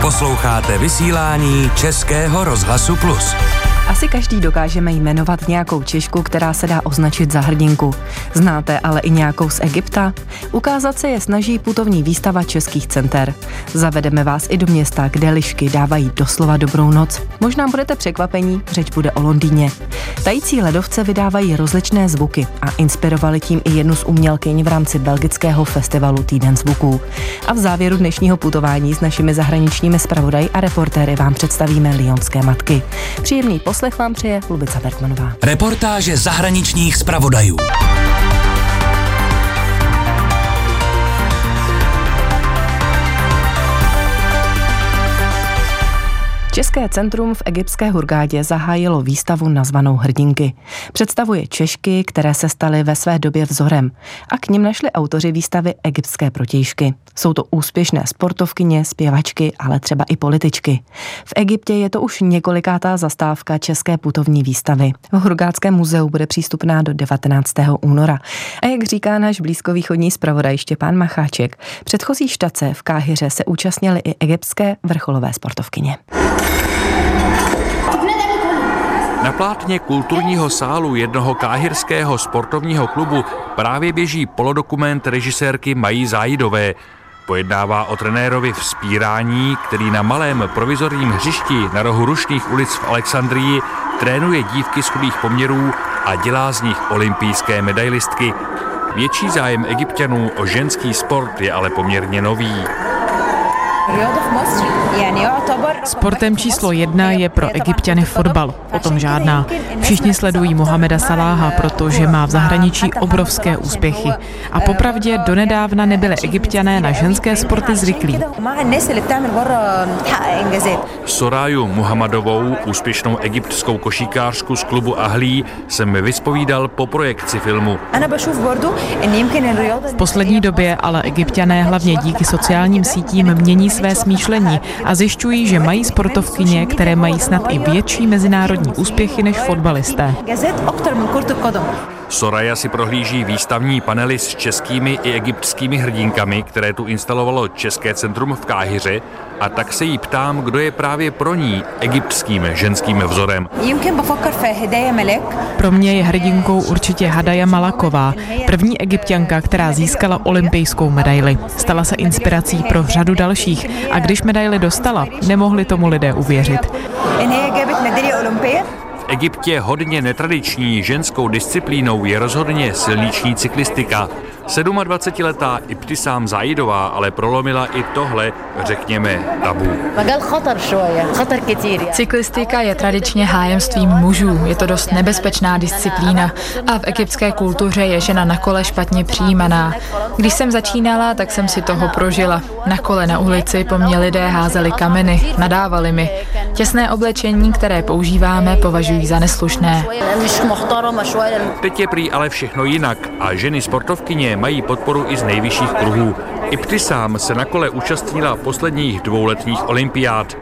Posloucháte vysílání Českého rozhlasu Plus. Asi každý dokážeme jmenovat nějakou Češku, která se dá označit za hrdinku. Znáte ale i nějakou z Egypta? Ukázat se je snaží putovní výstava českých center. Zavedeme vás i do města, kde lišky dávají doslova dobrou noc. Možná budete překvapení, řeč bude o Londýně. Tající ledovce vydávají rozličné zvuky a inspirovali tím i jednu z umělkyň v rámci belgického festivalu Týden zvuků. A v závěru dnešního putování s našimi zahraničními zpravodaji a reportéry vám představíme lyonské matky. Příjemný poslech vám přeje Lubica Bertmanová. Reportáže zahraničních zpravodajů. České centrum v egyptské Hurgádě zahájilo výstavu nazvanou Hrdinky. Představuje Češky, které se staly ve své době vzorem, a k nim našli autoři výstavy egyptské protějšky. Jsou to úspěšné sportovkyně, zpěvačky, ale třeba i političky. V Egyptě je to už několikátá zastávka české putovní výstavy. V Hurgádském muzeu bude přístupná do 19. února. A jak říká náš blízkovýchodní zpravodaj Štěpán Macháček, předchozí štace v Káhiře se účastnily i egyptské vrcholové sportovkyně. Na plátně kulturního sálu jednoho káhirského sportovního klubu právě běží polodokument režisérky Mají Zájidové. Pojednává o trenérovi vzpírání, který na malém provizorním hřišti na rohu Rušných ulic v Alexandrii trénuje dívky z chudých poměrů a dělá z nich olympijské medailistky. Větší zájem Egypťanů o ženský sport je ale poměrně nový. Sportem číslo 1 je pro Egypťany fotbal, o tom žádná. Všichni sledují Mohameda Saláha, protože má v zahraničí obrovské úspěchy. A popravdě donedávna nebyli Egypťané na ženské sporty zvyklí. Soraju Muhammadovou, úspěšnou egyptskou košíkářku z klubu Ahlí, jsem vyspovídal po projekci filmu. V poslední době ale Egypťané hlavně díky sociálním sítím mění své smýšlení a zjišťují, že mají sportovkyně, které mají snad i větší mezinárodní úspěchy než fotbalisté. Soraya si prohlíží výstavní panely s českými i egyptskými hrdinkami, které tu instalovalo České centrum v Káhiře, a tak se jí ptám, kdo je právě pro ní egyptským ženským vzorem. Pro mě je hrdinkou určitě Hadaya Malaková, první Egypťanka, která získala olympijskou medaili. Stala se inspirací pro řadu dalších a když medaili dostala, nemohli tomu lidé uvěřit. V Egyptě hodně netradiční ženskou disciplínou je rozhodně silniční cyklistika. 27letá Ibtisam Zájidová ale prolomila i tohle, řekněme, tabu. Cyklistika je tradičně hájemstvím mužů, je to dost nebezpečná disciplína a v egyptské kultuře je žena na kole špatně přijímaná. Když jsem začínala, tak jsem si toho prožila. Na kole na ulici po mně lidé házeli kameny, nadávali mi. Těsné oblečení, které používáme, považují za neslušné. Teď je prý ale všechno jinak a ženy sportovkyně mají podporu i z nejvyšších kruhů. Ibtisam se na kole účastnila posledních 2 letních olympiád.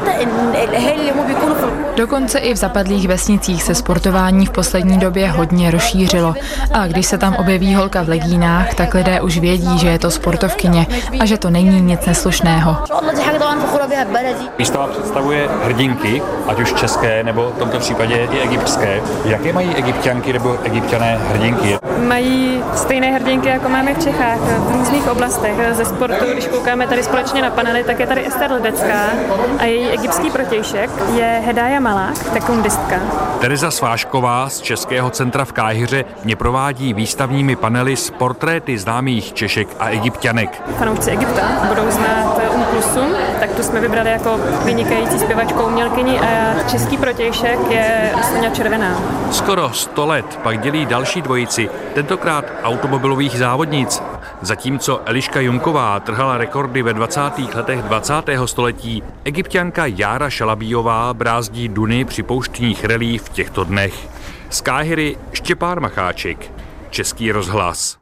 Dokonce i v zapadlých vesnicích se sportování v poslední době hodně rozšířilo. A když se tam objeví holka v legínách, tak lidé už vědí, že je to sportovkyně a že to není nic neslušného. Výstava představuje hrdinky, ať už české nebo v tomto případě i egyptské. Jaké mají Egypťanky nebo Egypťané hrdinky? Mají stejné hrdinky, jako máme v Čechách, v různých oblastech. Ze sportu, když koukáme tady společně na panely, tak je tady Ester Ledecká a její egyptský protějšek je Hadaya Malak, tekundistka. Tereza Svášková z Českého centra v Káhiře mě provádí výstavními panely s portréty známých Češek a Egypťanek. Fanoušci Egypta budou znát Kulsum, tak tu jsme vybrali jako vynikající zpěvačkou umělkyni, a český protějšek je Soňa Červená. Skoro 100 let pak dělí další dvojici, tentokrát automobilových závodnic. Zatímco Eliška Junková trhala rekordy ve 20. letech 20. století, Egypťanka Jára Šalabíová brázdí duny při pouštních relí v těchto dnech. Z Káhiry Štěpán Macháček, Český rozhlas.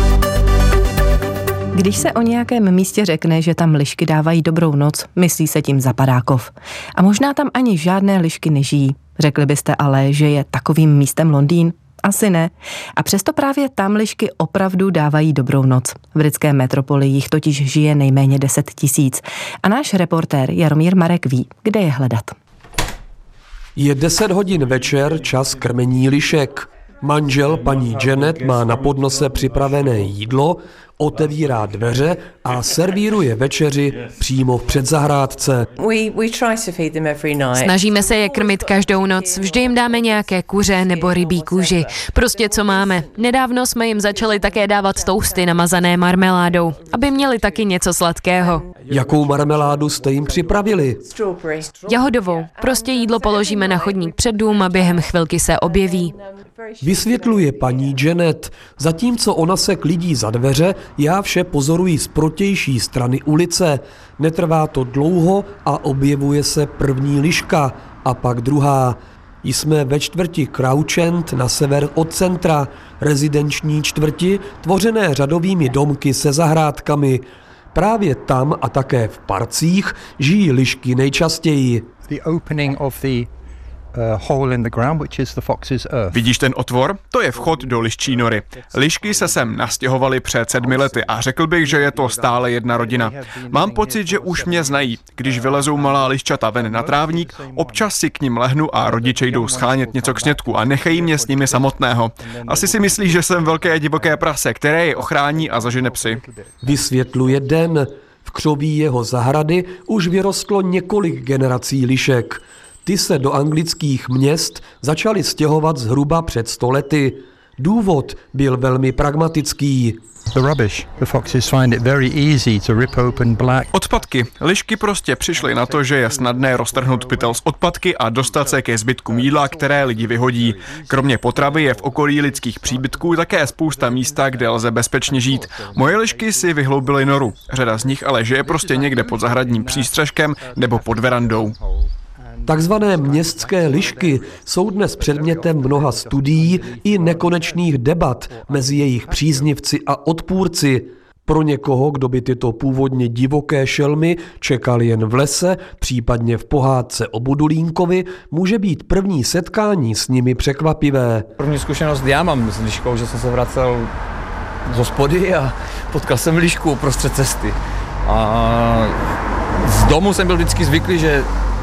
Když se o nějakém místě řekne, že tam lišky dávají dobrou noc, myslí se tím Zapadákov. A možná tam ani žádné lišky nežijí. Řekli byste ale, že je takovým místem Londýn? Asi ne. A přesto právě tam lišky opravdu dávají dobrou noc. V britské metropoli jich totiž žije nejméně 10 000. A náš reportér Jaromír Marek ví, kde je hledat. Je 10 hodin večer, čas krmení lišek. Manžel paní Janet má na podnose připravené jídlo, otevírá dveře a servíruje večeři přímo v předzahrádce. Snažíme se je krmit každou noc, vždy jim dáme nějaké kuře nebo rybí kůži, prostě co máme. Nedávno jsme jim začali také dávat toasty namazané marmeládou, aby měli taky něco sladkého. Jakou marmeládu jste jim připravili? Jahodovou, prostě jídlo položíme na chodník před dům a během chvilky se objeví. Vysvětluje paní Janet. Zatímco ona se klidí za dveře, já vše pozoruji z protější strany ulice. Netrvá to dlouho a objevuje se první liška a pak druhá. Jsme ve čtvrti Crouch End na sever od centra, rezidenční čtvrti tvořené řadovými domky se zahrádkami. Právě tam a také v parcích žijí lišky nejčastěji. Vidíš ten otvor? To je vchod do liščí nory. Lišky se sem nastěhovaly před 7 lety a řekl bych, že je to stále jedna rodina. Mám pocit, že už mě znají. Když vylezou malá liščata ven na trávník, občas si k nim lehnu a rodiče jdou schánět něco k snědku a nechají mě s nimi samotného. Asi si myslí, že jsem velké divoké prase, které je ochrání a zažene psy. Vysvětluje Den. V křoví jeho zahrady už vyrostlo několik generací lišek. Ty se do anglických měst začaly stěhovat zhruba před 100 lety. Důvod byl velmi pragmatický. Odpadky. Lišky prostě přišly na to, že je snadné roztrhnout pytel z odpadky a dostat se ke zbytkům jídla, které lidi vyhodí. Kromě potravy je v okolí lidských příbytků také spousta místa, kde lze bezpečně žít. Moje lišky si vyhloubily noru. Řada z nich ale žije prostě někde pod zahradním přístřeškem nebo pod verandou. Takzvané městské lišky jsou dnes předmětem mnoha studií i nekonečných debat mezi jejich příznivci a odpůrci. Pro někoho, kdo by tyto původně divoké šelmy čekal jen v lese, případně v pohádce o Budulínkovi, může být první setkání s nimi překvapivé. První zkušenost já mám s liškou, že jsem se vracel z hospody a potkal jsem lišku uprostřed cesty. A z domu jsem byl vždycky zvyklý, že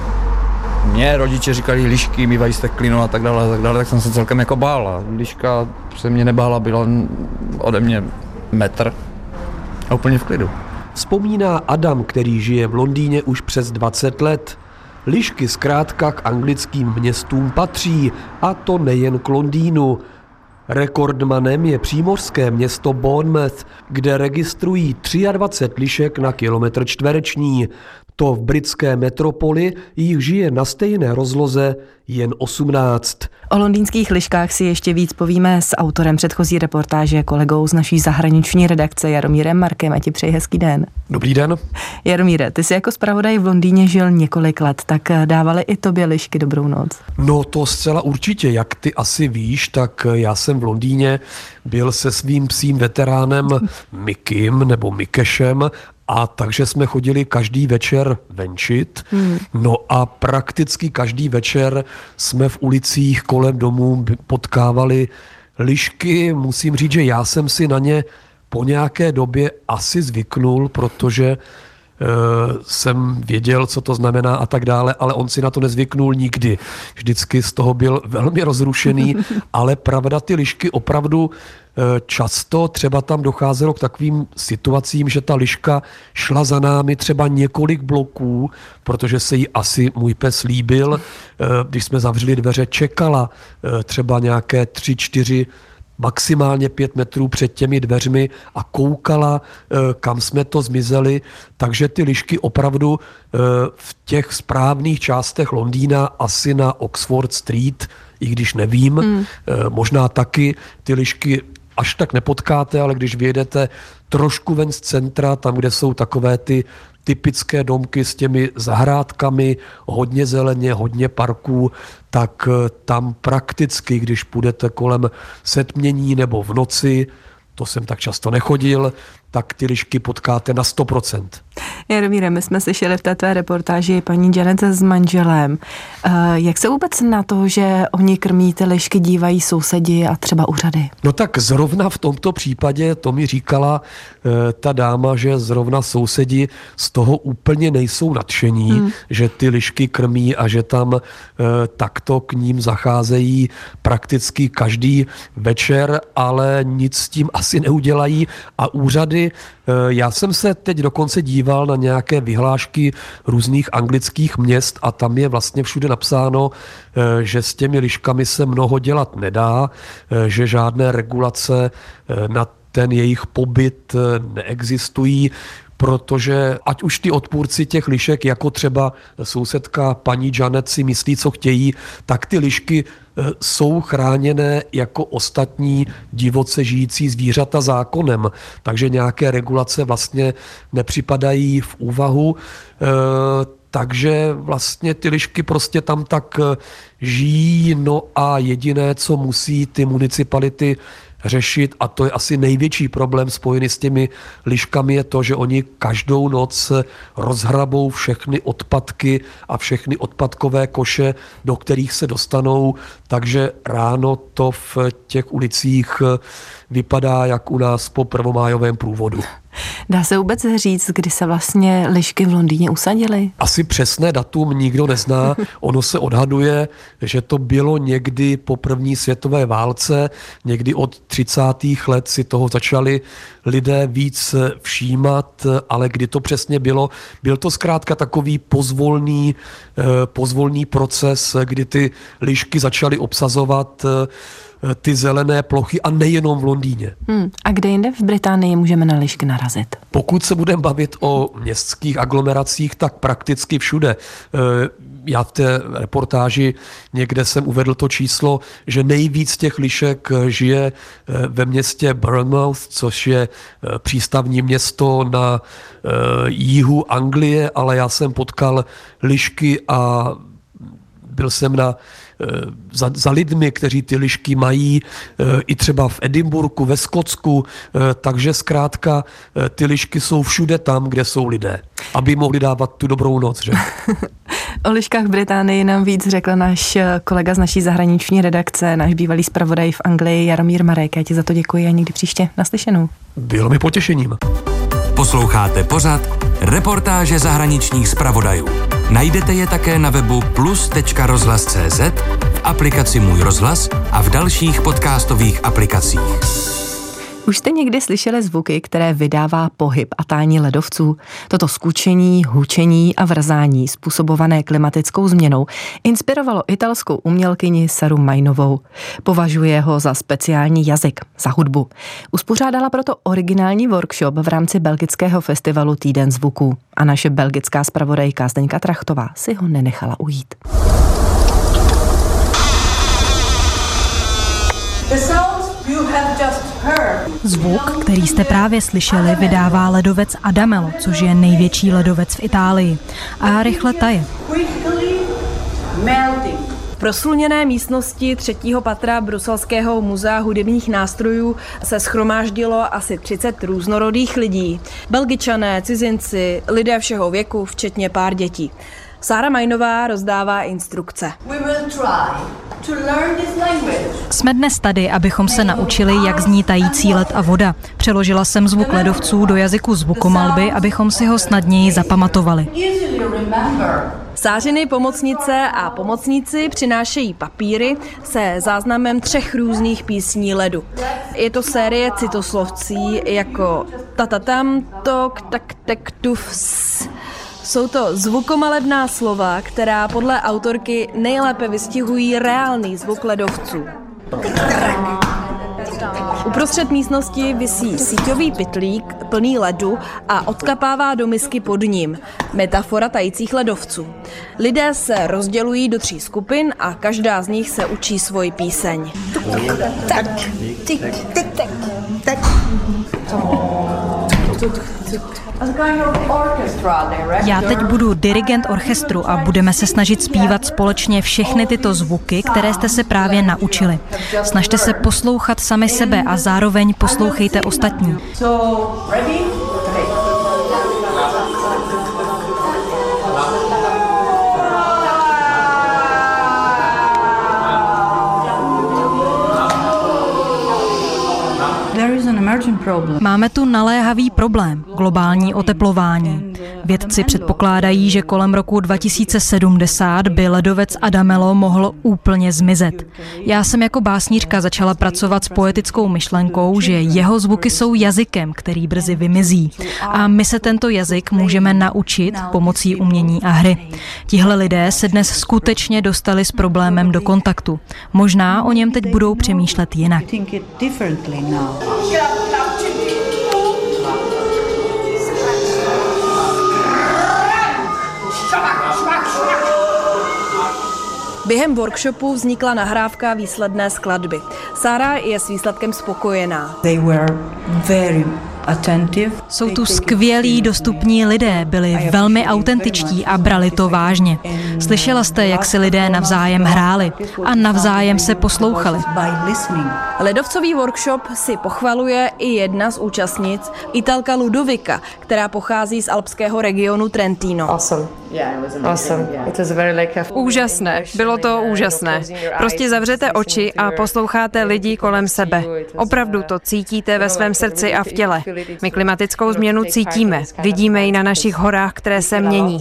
mě rodiče říkali, lišky mývají steklinu a tak dále, tak jsem se celkem jako bál. A liška se mě nebála, byla ode mě metr a úplně v klidu. Vzpomíná Adam, který žije v Londýně už přes 20 let. Lišky zkrátka k anglickým městům patří, a to nejen k Londýnu. Rekordmanem je přímořské město Bournemouth, kde registrují 23 lišek na kilometr čtvereční. To v britské metropoli jich žije na stejné rozloze jen 18. O londýnských liškách si ještě víc povíme s autorem předchozí reportáže, kolegou z naší zahraniční redakce Jaromírem Markem. A ti přeji hezký den. Dobrý den. Jaromíre, ty jsi jako zpravodaj v Londýně žil několik let, tak dávaly i tobě lišky dobrou noc? No to zcela určitě, jak ty asi víš, tak já jsem v Londýně byl se svým psím veteránem Mikim nebo Mikešem, a takže jsme chodili každý večer venčit. No a prakticky každý večer jsme v ulicích kolem domů potkávali lišky. Musím říct, že já jsem si na ně po nějaké době asi zvyknul, protože jsem věděl, co to znamená a tak dále, ale on si na to nezvyknul nikdy. Vždycky z toho byl velmi rozrušený, ale pravda, ty lišky opravdu často třeba tam docházelo k takovým situacím, že ta liška šla za námi třeba několik bloků, protože se jí asi můj pes líbil. Když jsme zavřeli dveře, čekala třeba nějaké 3-4 maximálně 5 metrů před těmi dveřmi a koukala, kam jsme to zmizeli. Takže ty lišky opravdu v těch správných částech Londýna, asi na Oxford Street, i když nevím, možná taky ty lišky až tak nepotkáte, ale když vyjedete trošku ven z centra, tam, kde jsou takové ty typické domky s těmi zahrádkami, hodně zeleně, hodně parků, tak tam prakticky, když půjdete kolem setmění nebo v noci, to jsem tak často nechodil, tak ty lišky potkáte na 100%. Jaromíre, my jsme slyšeli v této reportáži paní Janet s manželem. Jak se vůbec na to, že oni krmí ty lišky, dívají sousedi a třeba úřady? No tak zrovna v tomto případě to mi říkala ta dáma, že zrovna sousedi z toho úplně nejsou nadšení, že ty lišky krmí a že tam takto k ním zacházejí prakticky každý večer, ale nic s tím asi neudělají a úřady. Já jsem se teď dokonce díval na nějaké vyhlášky různých anglických měst a tam je vlastně všude napsáno, že s těmi liškami se mnoho dělat nedá, že žádné regulace na ten jejich pobyt neexistují, protože ať už ty odpůrci těch lišek, jako třeba sousedka paní Janet si myslí, co chtějí, tak ty lišky jsou chráněné jako ostatní divoce žijící zvířata zákonem, takže nějaké regulace vlastně nepřipadají v úvahu, takže vlastně ty lišky prostě tam tak žijí, no a jediné, co musí ty municipality řešit, a to je asi největší problém spojený s těmi liškami, je to, že oni každou noc rozhrabou všechny odpadky a všechny odpadkové koše, do kterých se dostanou, takže ráno to v těch ulicích vypadá jak u nás po prvomájovém průvodu. Dá se vůbec říct, kdy se vlastně lišky v Londýně usadily? Asi přesné datum nikdo nezná. Ono se odhaduje, že to bylo někdy po první světové válce, někdy od 30. let si toho začali lidé víc všímat, ale kdy to přesně bylo? Byl to zkrátka takový pozvolný proces, kdy ty lišky začaly obsazovat ty zelené plochy a nejenom v Londýně. A kde jinde v Británii můžeme na lišky narazit? Pokud se budeme bavit o městských aglomeracích, tak prakticky všude. Já v té reportáži někde jsem uvedl to číslo, že nejvíc těch lišek žije ve městě Bournemouth, což je přístavní město na jihu Anglie, ale já jsem potkal lišky a byl jsem za lidmi, kteří ty lišky mají, i třeba v Edinburghu, ve Skotsku, takže zkrátka ty lišky jsou všude tam, kde jsou lidé, aby mohli dávat tu dobrou noc, že? O liškách v Británii nám víc řekl náš kolega z naší zahraniční redakce, náš bývalý zpravodaj v Anglii Jaromír Marek. Já ti za to děkuji a někdy příště naslyšenou. Bylo mi potěšením. Posloucháte pořad Reportáže zahraničních zpravodajů. Najdete je také na webu plus.rozhlas.cz, v aplikaci Můj rozhlas a v dalších podcastových aplikacích. Už jste někdy slyšeli zvuky, které vydává pohyb a tání ledovců? Toto skučení, hučení a vrzání způsobované klimatickou změnou inspirovalo italskou umělkyni Saru Mainovou. Považuje ho za speciální jazyk, za hudbu. Uspořádala proto originální workshop v rámci belgického festivalu Týden zvuků. A naše belgická zpravodajka Zdeňka Trachtová si ho nenechala ujít. Zvuk, který jste právě slyšeli, vydává ledovec Adamello, což je největší ledovec v Itálii. A rychle taje. V proslulněné místnosti 3. patra Bruselského muzea hudebních nástrojů se shromáždilo asi 30 různorodých lidí. Belgičané, cizinci, lidé všeho věku, včetně pár dětí. Sara Mainová rozdává instrukce. Jsme dnes tady, abychom se naučili, jak zní tající led a voda. Přeložila jsem zvuk ledovců do jazyku zvukomalby, abychom si ho snadněji zapamatovali. Sářiny pomocnice a pomocníci přinášejí papíry se záznamem 3 různých písní ledu. Je to série citoslovcí jako tatatam, tok, tak, tek, tuf, s. Jsou to zvukomalebná slova, která podle autorky nejlépe vystihují reálný zvuk ledovců. Uprostřed místnosti visí síťový pytlík plný ledu a odkapává do misky pod ním. Metafora tajících ledovců. Lidé se rozdělují do 3 skupin a každá z nich se učí svoji píseň. Já teď budu dirigent orchestru a budeme se snažit zpívat společně všechny tyto zvuky, které jste se právě naučili. Snažte se poslouchat sami sebe a zároveň poslouchejte ostatní. Máme tu naléhavý problém, globální oteplování. Vědci předpokládají, že kolem roku 2070 by ledovec Adamelo mohl úplně zmizet. Já jsem jako básnířka začala pracovat s poetickou myšlenkou, že jeho zvuky jsou jazykem, který brzy vymizí. A my se tento jazyk můžeme naučit pomocí umění a hry. Tihle lidé se dnes skutečně dostali s problémem do kontaktu. Možná o něm teď budou přemýšlet jinak. Během workshopu vznikla nahrávka výsledné skladby. Sára je s výsledkem spokojená. Jsou tu skvělí, dostupní lidé, byli velmi autentičtí a brali to vážně. Slyšela jste, jak si lidé navzájem hráli a navzájem se poslouchali. Ledovcový workshop si pochvaluje i jedna z účastnic, Italka Ludovika, která pochází z alpského regionu Trentino. Úžasné, bylo to úžasné. Prostě zavřete oči a posloucháte lidi kolem sebe. Opravdu to cítíte ve svém srdci a v těle. My klimatickou změnu cítíme, vidíme ji na našich horách, které se mění.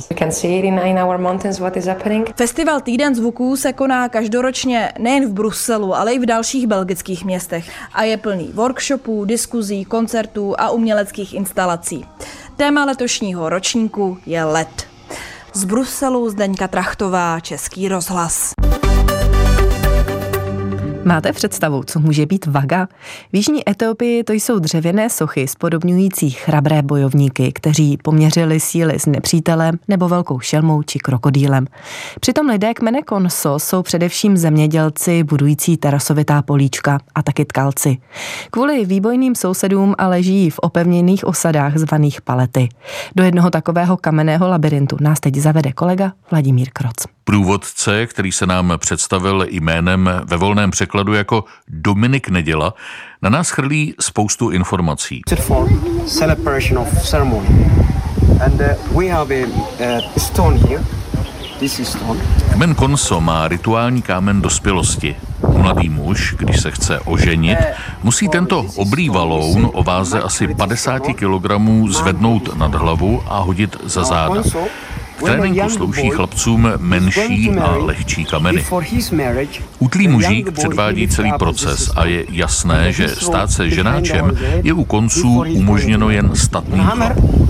Festival Týden zvuků se koná každoročně nejen v Bruselu, ale i v dalších belgických městech a je plný workshopů, diskuzí, koncertů a uměleckých instalací. Téma letošního ročníku je led. Z Bruselu Zdeňka Trachtová, Český rozhlas. Máte představu, co může být vaga? V jižní Etiopii to jsou dřevěné sochy spodobňující chrabré bojovníky, kteří poměřili síly s nepřítelem nebo velkou šelmou či krokodýlem. Přitom lidé kmene Konso jsou především zemědělci budující terasovitá políčka a taky tkalci. Kvůli výbojným sousedům ale žijí v opevněných osadách zvaných palety. Do jednoho takového kamenného labirintu nás teď zavede kolega Vladimír Kroc. Průvodce, který se nám představil jménem ve volném překladu jako Dominik Neděla, na nás chrlí spoustu informací. Kmen Konso má rituální kámen dospělosti. Mladý muž, když se chce oženit, musí tento oblý valoun o váze asi 50 kg zvednout nad hlavu a hodit za záda. V tréninku slouží chlapcům menší a lehčí kameny. Útlý mužík předvádí celý proces a je jasné, že stát se ženáčem je u konců umožněno jen statným chlapům.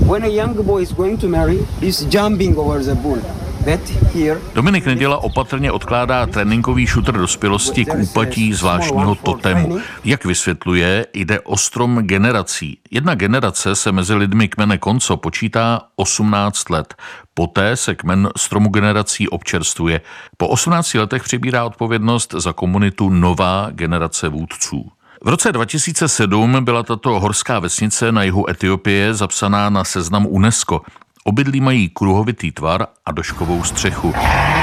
Dominik Neděla opatrně odkládá tréninkový šutr dospělosti k úpatí zvláštního totemu. Jak vysvětluje, jde o strom generací. Jedna generace se mezi lidmi kmene Konso počítá 18 let. Poté se kmen stromu generací občerstvuje. Po 18 letech přibírá odpovědnost za komunitu nová generace vůdců. V roce 2007 byla tato horská vesnice na jihu Etiopie zapsaná na seznam UNESCO. Obydlí mají kruhovitý tvar a doškovou střechu.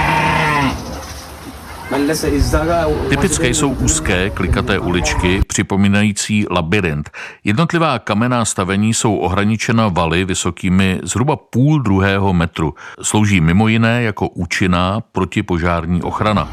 Typické jsou úzké, klikaté uličky, připomínající labyrint. Jednotlivá kamenná stavení jsou ohraničena valy vysokými zhruba 1,5 metru. Slouží mimo jiné jako účinná protipožární ochrana.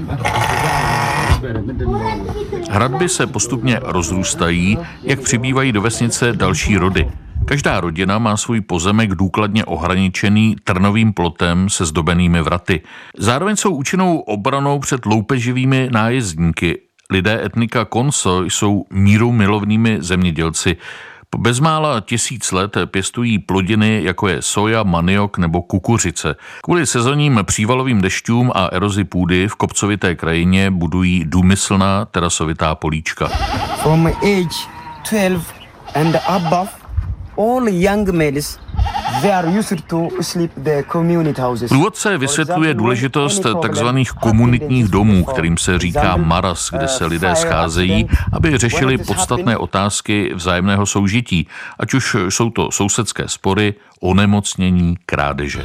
Hradby se postupně rozrůstají, jak přibývají do vesnice další rody. Každá rodina má svůj pozemek důkladně ohraničený trnovým plotem se zdobenými vraty. Zároveň jsou účinnou obranou před loupeživými nájezdníky. Lidé etnika Konso jsou mírumilovnými zemědělci. Bezmála 1000 let pěstují plodiny, jako je soja, maniok nebo kukuřice. Kvůli sezonním přívalovým dešťům a erozi půdy v kopcovité krajině budují důmyslná terasovitá políčka. From age 12 and above Průvodce vysvětluje důležitost takzvaných komunitních domů, kterým se říká maras, kde se lidé scházejí, aby řešili podstatné otázky vzájemného soužití, ať už jsou to sousedské spory, onemocnění, krádeže.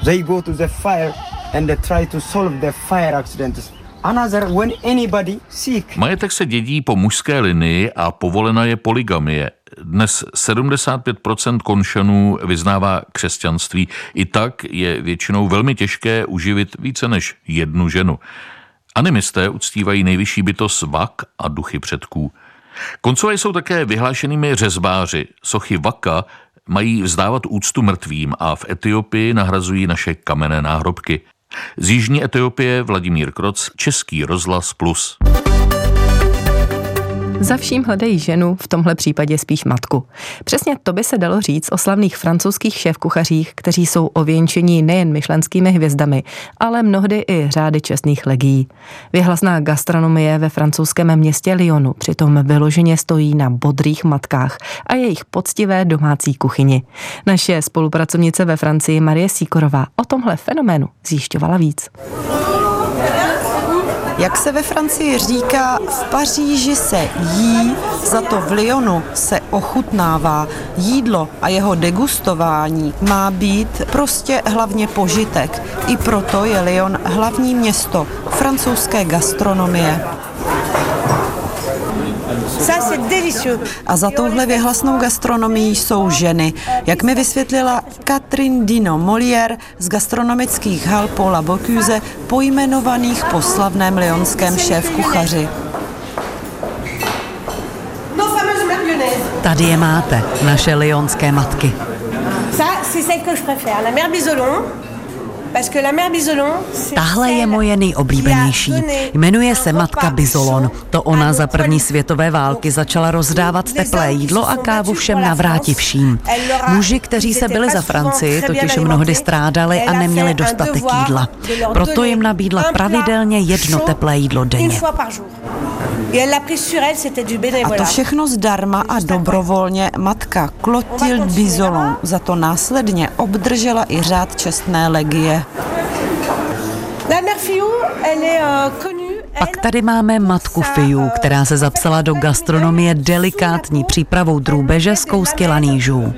Majetek se dědí po mužské linii a povolena je polygamie. Dnes 75% Konšanů vyznává křesťanství. I tak je většinou velmi těžké uživit více než jednu ženu. Animisté uctívají nejvyšší bytost Vak a duchy předků. Koncové jsou také vyhlášenými řezbáři. Sochy Vaka mají vzdávat úctu mrtvým a v Etiopii nahrazují naše kamenné náhrobky. Z jižní Etiopie Vladimír Kroc, Český rozhlas Plus. Za vším hledají ženu, v tomhle případě spíš matku. Přesně to by se dalo říct o slavných francouzských šéfkuchařích, kteří jsou ověnčení nejen michelinskými hvězdami, ale mnohdy i řády čestných legií. Věhlasná gastronomie ve francouzském městě Lyonu přitom vyloženě stojí na bodrých matkách a jejich poctivé domácí kuchyni. Naše spolupracovnice ve Francii Marie Sikorová o tomhle fenoménu zjišťovala víc. Jak se ve Francii říká, v Paříži se jí, za to v Lyonu se ochutnává. Jídlo a jeho degustování má být prostě hlavně požitek. I proto je Lyon hlavní město francouzské gastronomie. A za touhle věhlasnou gastronomií jsou ženy. Jak mi vysvětlila Catherine Dino-Molière z gastronomických hal Paula Bocuse, pojmenovaných po slavném lyonském šéfkuchaři. Tady je máte, naše lyonské matky. Tahle je moje nejoblíbenější. Jmenuje se matka Bizolon. To ona za první světové války začala rozdávat teplé jídlo a kávu všem navrátivším. Muži, kteří se byli za Francii, totiž mnohdy strádali a neměli dostatek jídla. Proto jim nabídla pravidelně jedno teplé jídlo denně. A to všechno zdarma a dobrovolně matka Clotilde Bizolon za to následně obdržela i řád čestné legie. Pak tady máme matku Fiu, která se zapsala do gastronomie delikátní přípravou drůbeže z kousky lanížů.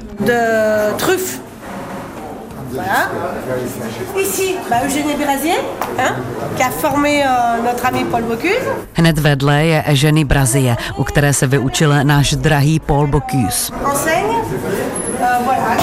Voilà. Ici, Eugénie Brazier, qui a formé notre ami Paul Bocuse. Hned vedle je Eugénie Brazier, u které se vyučil náš drahý Paul Bocuse. Enseigne, voilà.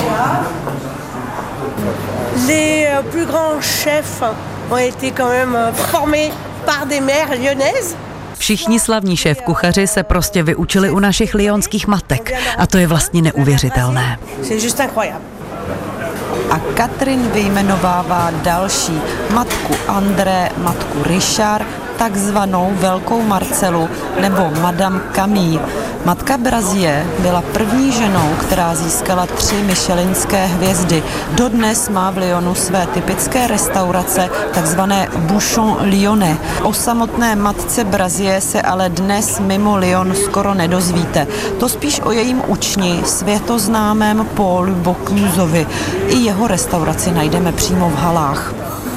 Les plus grands chefs ont été quand même formés par des mères lyonnaises. Všichni slavní šéfkuchaři se prostě vyučili u našich lyonských matek a to je vlastně neuvěřitelné. C'est juste incroyable. A Catherine vyjmenovává další, matku André, matku Richard, takzvanou Velkou Marcelu nebo Madame Camille. Matka Brazier byla první ženou, která získala 3 michelinské hvězdy. Dodnes má v Lyonu své typické restaurace, takzvané Bouchon Lyonnais. O samotné matce Brazier se ale dnes mimo Lyon skoro nedozvíte. To spíš o jejím učni, světoznámém Paulu Bocusovi. I jeho restauraci najdeme přímo v halách.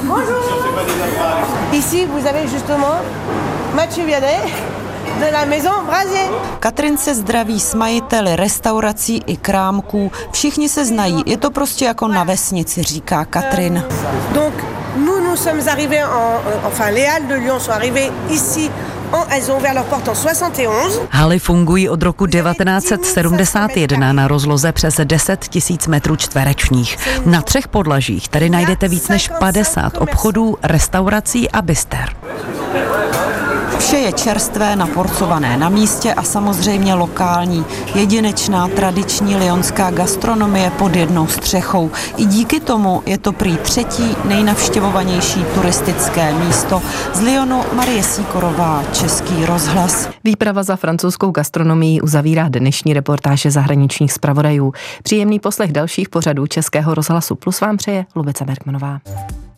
Ici, vous avez justement Mathieu Vianney de la Maison Brazier. Catherine se zdraví s majiteli restaurací i krámků. Všichni se znají, je to prostě jako na vesnici, říká Catherine. Donc, nous sommes arrivés enfin, les Halles de Lyon sont arrivées ici. Elles ont ouvert leurs portes en 71. Haly fungují od roku 1971 na rozloze přes 10 000 metrů čtverečních. Na 3 podlažích tady najdete víc než 50 obchodů, restaurací a byster. Vše je čerstvé, naporcované na místě a samozřejmě lokální. Jedinečná tradiční lyonská gastronomie pod jednou střechou. I díky tomu je to prý 3. nejnavštěvovanější turistické místo. Z Lyonu Marie Sikorová, Český rozhlas. Výprava za francouzskou gastronomií uzavírá dnešní reportáže zahraničních zpravodajů. Příjemný poslech dalších pořadů Českého rozhlasu Plus vám přeje Lubica Bergmanová.